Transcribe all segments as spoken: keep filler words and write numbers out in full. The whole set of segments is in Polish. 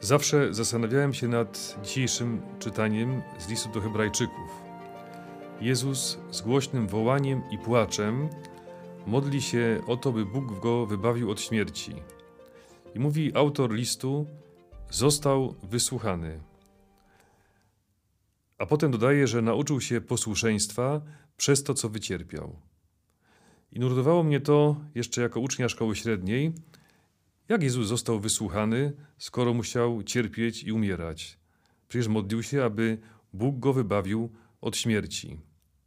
Zawsze zastanawiałem się nad dzisiejszym czytaniem z listu do Hebrajczyków. Jezus z głośnym wołaniem i płaczem modli się o to, by Bóg go wybawił od śmierci. I mówi autor listu, został wysłuchany. A potem dodaje, że nauczył się posłuszeństwa przez to, co wycierpiał. I nurtowało mnie to jeszcze jako ucznia szkoły średniej, jak Jezus został wysłuchany, skoro musiał cierpieć i umierać. Przecież modlił się, aby Bóg go wybawił od śmierci.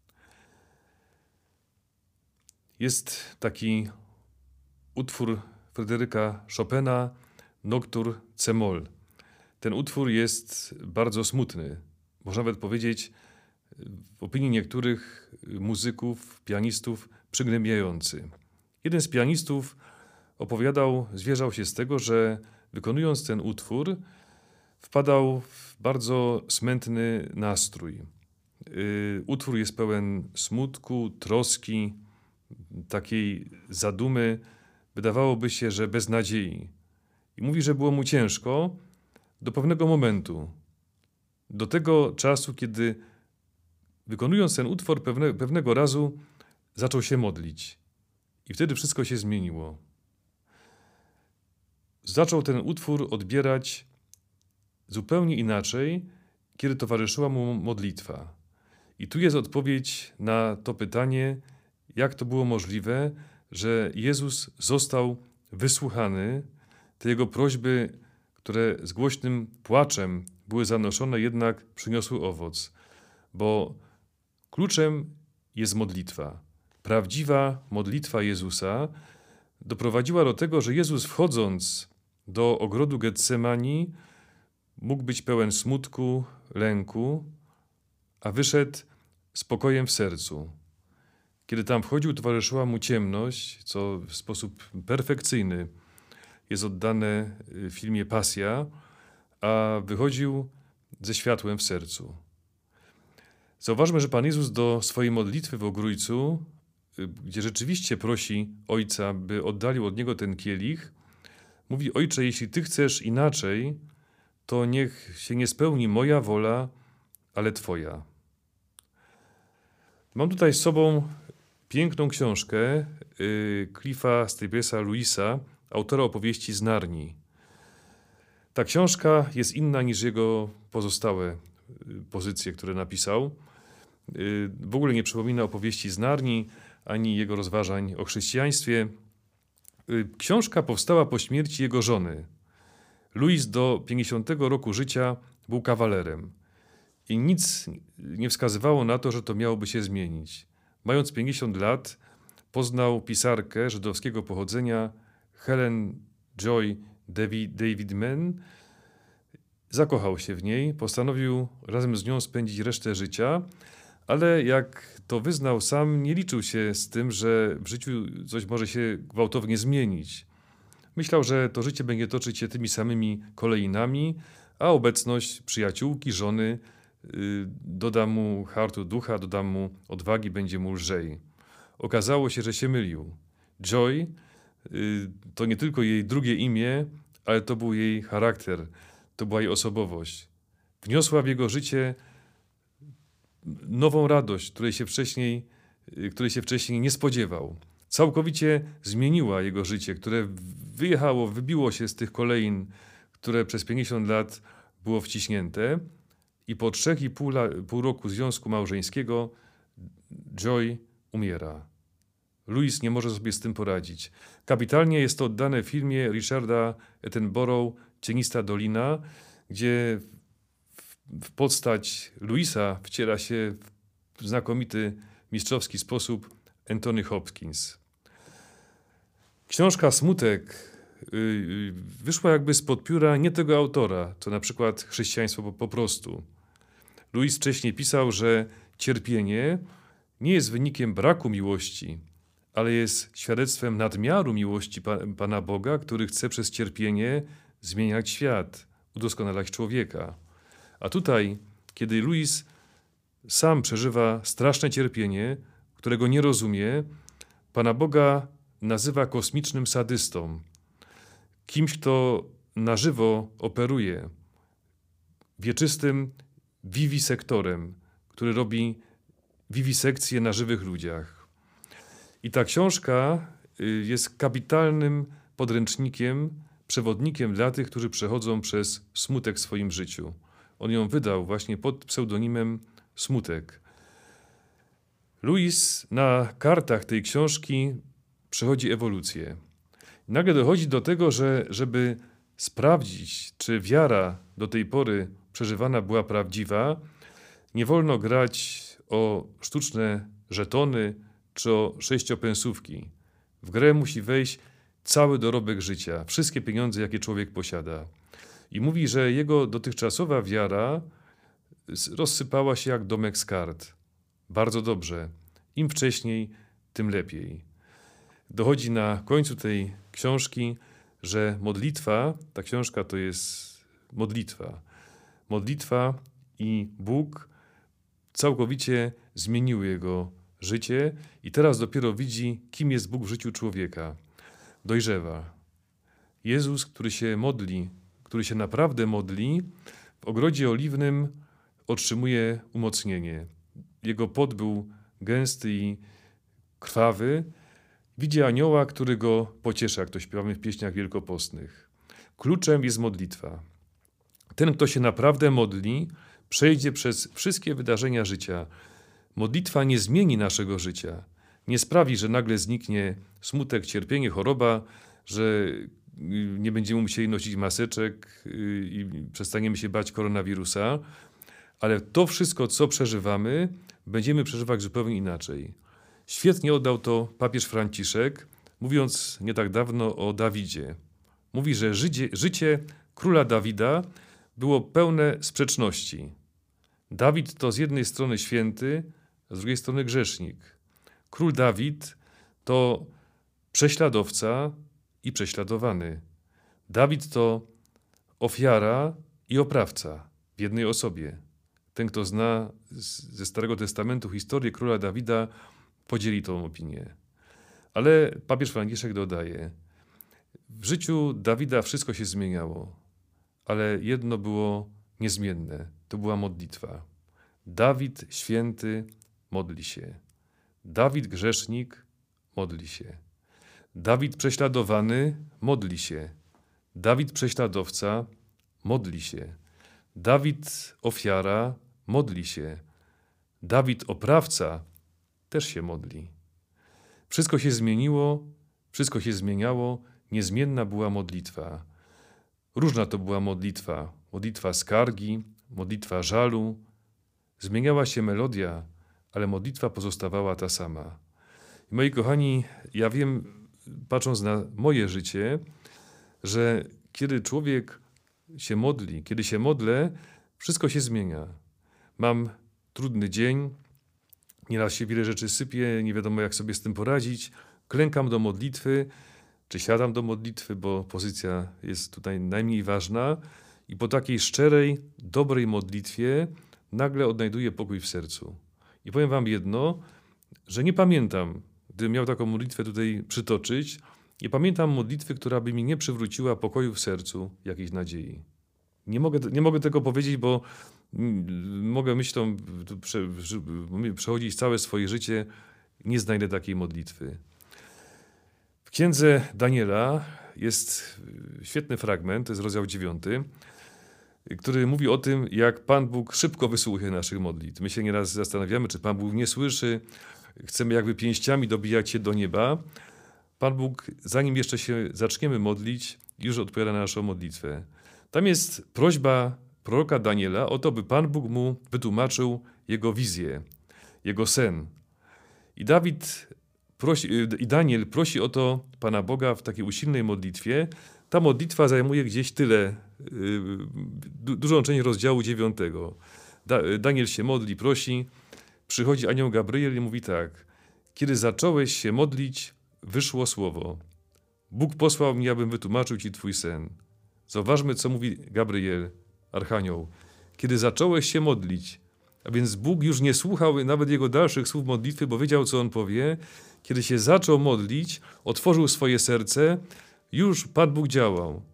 Jest taki utwór Fryderyka Chopina, Noctur c-moll. Ten utwór jest bardzo smutny. Można nawet powiedzieć, w opinii niektórych muzyków, pianistów, przygnębiający. Jeden z pianistów opowiadał, zwierzał się z tego, że wykonując ten utwór, wpadał w bardzo smętny nastrój. Utwór jest pełen smutku, troski, takiej zadumy, wydawałoby się, że bez nadziei. I mówi, że było mu ciężko do pewnego momentu, do tego czasu, kiedy wykonując ten utwór pewne, pewnego razu zaczął się modlić. I wtedy wszystko się zmieniło. Zaczął ten utwór odbierać zupełnie inaczej, kiedy towarzyszyła mu modlitwa. I tu jest odpowiedź na to pytanie, jak to było możliwe, że Jezus został wysłuchany, te jego prośby, które z głośnym płaczem były zanoszone, jednak przyniosły owoc. Bo kluczem jest modlitwa. Prawdziwa modlitwa Jezusa doprowadziła do tego, że Jezus, wchodząc do ogrodu Getsemani, mógł być pełen smutku, lęku, a wyszedł spokojem w sercu. Kiedy tam wchodził, towarzyszyła mu ciemność, co w sposób perfekcyjny jest oddane w filmie Pasja, a wychodził ze światłem w sercu. Zauważmy, że Pan Jezus do swojej modlitwy w Ogrójcu, gdzie rzeczywiście prosi Ojca, by oddalił od Niego ten kielich, mówi: Ojcze, jeśli Ty chcesz inaczej, to niech się nie spełni moja wola, ale Twoja. Mam tutaj z sobą piękną książkę y, Cliffa Staplesa Lewisa, autora opowieści z Narni. Ta książka jest inna niż jego pozostałe y, pozycje, które napisał. Y, w ogóle nie przypomina opowieści z Narni, ani jego rozważań o chrześcijaństwie. Y, książka powstała po śmierci jego żony. Lewis do pięćdziesiątego roku życia był kawalerem i nic nie wskazywało na to, że to miałoby się zmienić. Mając pięćdziesiąt lat, poznał pisarkę żydowskiego pochodzenia Helen Joy Davidman. Zakochał się w niej, postanowił razem z nią spędzić resztę życia, ale jak to wyznał sam, nie liczył się z tym, że w życiu coś może się gwałtownie zmienić. Myślał, że to życie będzie toczyć się tymi samymi kolejnami, a obecność przyjaciółki, żony yy, doda mu hartu ducha, doda mu odwagi, będzie mu lżej. Okazało się, że się mylił. Joy yy, to nie tylko jej drugie imię, ale to był jej charakter, to była jej osobowość. Wniosła w jego życie nową radość, której się wcześniej, yy, której się wcześniej nie spodziewał. Całkowicie zmieniła jego życie, które wyjechało, wybiło się z tych kolejn, które przez pięćdziesiąt lat było wciśnięte, i po trzech i pół, la, pół roku związku małżeńskiego Joy umiera. Lewis nie może sobie z tym poradzić. Kapitalnie jest to oddane w filmie Richarda Attenborough Cienista Dolina, gdzie w, w postać Lewisa wciela się w znakomity, mistrzowski sposób Anthony Hopkins. Książka Smutek yy, wyszła jakby spod pióra nie tego autora, co na przykład Chrześcijaństwo po, po prostu. Lewis wcześniej pisał, że cierpienie nie jest wynikiem braku miłości, ale jest świadectwem nadmiaru miłości pa, Pana Boga, który chce przez cierpienie zmieniać świat, udoskonalać człowieka. A tutaj, kiedy Lewis sam przeżywa straszne cierpienie, którego nie rozumie, Pana Boga nazywa kosmicznym sadystą. Kimś, kto na żywo operuje wieczystym wiwisektorem, który robi wiwisekcję na żywych ludziach. I ta książka jest kapitalnym podręcznikiem, przewodnikiem dla tych, którzy przechodzą przez smutek w swoim życiu. On ją wydał właśnie pod pseudonimem Smutek. Louis na kartach tej książki przechodzi ewolucję. Nagle dochodzi do tego, że żeby sprawdzić, czy wiara do tej pory przeżywana była prawdziwa, nie wolno grać o sztuczne żetony czy o sześciopensówki. W grę musi wejść cały dorobek życia, wszystkie pieniądze, jakie człowiek posiada. I mówi, że jego dotychczasowa wiara rozsypała się jak domek z kart. Bardzo dobrze. Im wcześniej, tym lepiej. Dochodzi na końcu tej książki, że modlitwa, ta książka to jest modlitwa. Modlitwa i Bóg całkowicie zmieniły jego życie i teraz dopiero widzi, kim jest Bóg w życiu człowieka. Dojrzewa. Jezus, który się modli, który się naprawdę modli, w ogrodzie oliwnym otrzymuje umocnienie. Jego pot był gęsty i krwawy. Widzi anioła, który go pociesza, jak to śpiewamy w pieśniach wielkopostnych. Kluczem jest modlitwa. Ten, kto się naprawdę modli, przejdzie przez wszystkie wydarzenia życia. Modlitwa nie zmieni naszego życia. Nie sprawi, że nagle zniknie smutek, cierpienie, choroba, że nie będziemy musieli nosić maseczek i przestaniemy się bać koronawirusa, ale to wszystko, co przeżywamy, będziemy przeżywać zupełnie inaczej. Świetnie oddał to papież Franciszek, mówiąc nie tak dawno o Dawidzie. Mówi, że życie, życie króla Dawida było pełne sprzeczności. Dawid to z jednej strony święty, a z drugiej strony grzesznik. Król Dawid to prześladowca i prześladowany. Dawid to ofiara i oprawca w jednej osobie. Ten, kto zna ze Starego Testamentu historię króla Dawida, podzieli tą opinię. Ale papież Franciszek dodaje, w życiu Dawida wszystko się zmieniało, ale jedno było niezmienne, to była modlitwa. Dawid święty modli się. Dawid grzesznik modli się. Dawid prześladowany modli się. Dawid prześladowca modli się. Dawid ofiara modli się. Dawid oprawca też się modli. Wszystko się zmieniło, wszystko się zmieniało, niezmienna była modlitwa. Różna to była modlitwa. Modlitwa skargi, modlitwa żalu. Zmieniała się melodia, ale modlitwa pozostawała ta sama. I moi kochani, ja wiem, patrząc na moje życie, że kiedy człowiek się modli, kiedy się modlę, wszystko się zmienia. Mam trudny dzień, nieraz się wiele rzeczy sypie, nie wiadomo jak sobie z tym poradzić. Klękam do modlitwy, czy siadam do modlitwy, bo pozycja jest tutaj najmniej ważna. I po takiej szczerej, dobrej modlitwie nagle odnajduję pokój w sercu. I powiem wam jedno, że nie pamiętam, gdybym miał taką modlitwę tutaj przytoczyć, nie pamiętam modlitwy, która by mi nie przywróciła pokoju w sercu, jakiejś nadziei. Nie mogę, nie mogę tego powiedzieć, bo mogę myślą prze, przechodzić całe swoje życie, nie znajdę takiej modlitwy. W księdze Daniela jest świetny fragment, to jest rozdział dziewiąty, który mówi o tym, jak Pan Bóg szybko wysłuchuje naszych modlitw. My się nieraz zastanawiamy, czy Pan Bóg nie słyszy, chcemy jakby pięściami dobijać się do nieba. Pan Bóg, zanim jeszcze się zaczniemy modlić, już odpowiada na naszą modlitwę. Tam jest prośba proroka Daniela o to, by Pan Bóg mu wytłumaczył jego wizję, jego sen. I Dawid prosi, i Daniel prosi o to Pana Boga w takiej usilnej modlitwie. Ta modlitwa zajmuje gdzieś tyle, dużą część rozdziału dziewiątego. Da, Daniel się modli, prosi, przychodzi anioł Gabriel i mówi tak: kiedy zacząłeś się modlić, wyszło słowo. Bóg posłał mnie, abym wytłumaczył ci twój sen. Zauważmy, co mówi Gabriel, archanioł. Kiedy zacząłeś się modlić, a więc Bóg już nie słuchał nawet jego dalszych słów modlitwy, bo wiedział, co on powie. Kiedy się zaczął modlić, otworzył swoje serce, już Pan Bóg działał.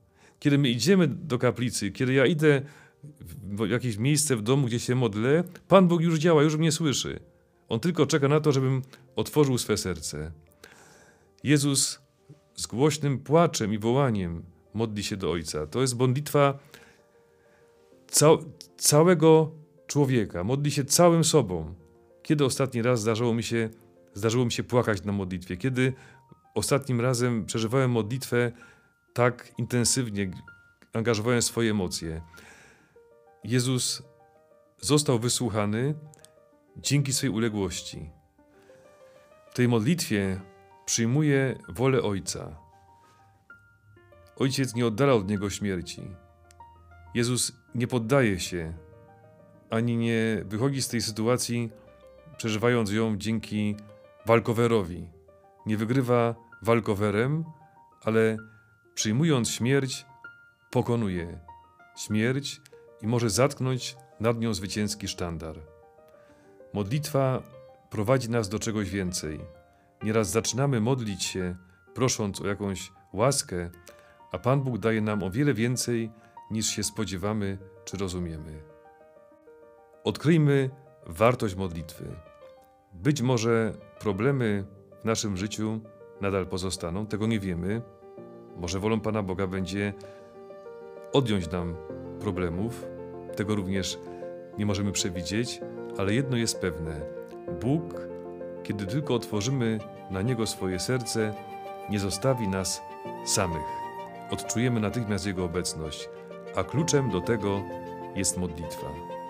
Kiedy my idziemy do kaplicy, kiedy ja idę w jakieś miejsce w domu, gdzie się modlę, Pan Bóg już działa, już mnie słyszy. On tylko czeka na to, żebym otworzył swe serce. Jezus z głośnym płaczem i wołaniem modli się do Ojca. To jest modlitwa cał całego człowieka. Modli się całym sobą. Kiedy ostatni raz zdarzyło mi się, zdarzyło mi się płakać na modlitwie? Kiedy ostatnim razem przeżywałem modlitwę tak intensywnie, angażowałem swoje emocje? Jezus został wysłuchany dzięki swej uległości. W tej modlitwie przyjmuje wolę Ojca. Ojciec nie oddala od Niego śmierci. Jezus nie poddaje się, ani nie wychodzi z tej sytuacji, przeżywając ją dzięki walkowerowi. Nie wygrywa walkowerem, ale przyjmując śmierć, pokonuje śmierć i może zatknąć nad nią zwycięski sztandar. Modlitwa prowadzi nas do czegoś więcej. Nieraz zaczynamy modlić się, prosząc o jakąś łaskę, a Pan Bóg daje nam o wiele więcej, niż się spodziewamy czy rozumiemy. Odkryjmy wartość modlitwy. Być może problemy w naszym życiu nadal pozostaną, tego nie wiemy. Może wolą Pana Boga będzie odjąć nam problemów, tego również nie możemy przewidzieć, ale jedno jest pewne. Bóg, kiedy tylko otworzymy na Niego swoje serce, nie zostawi nas samych. Odczujemy natychmiast Jego obecność, a kluczem do tego jest modlitwa.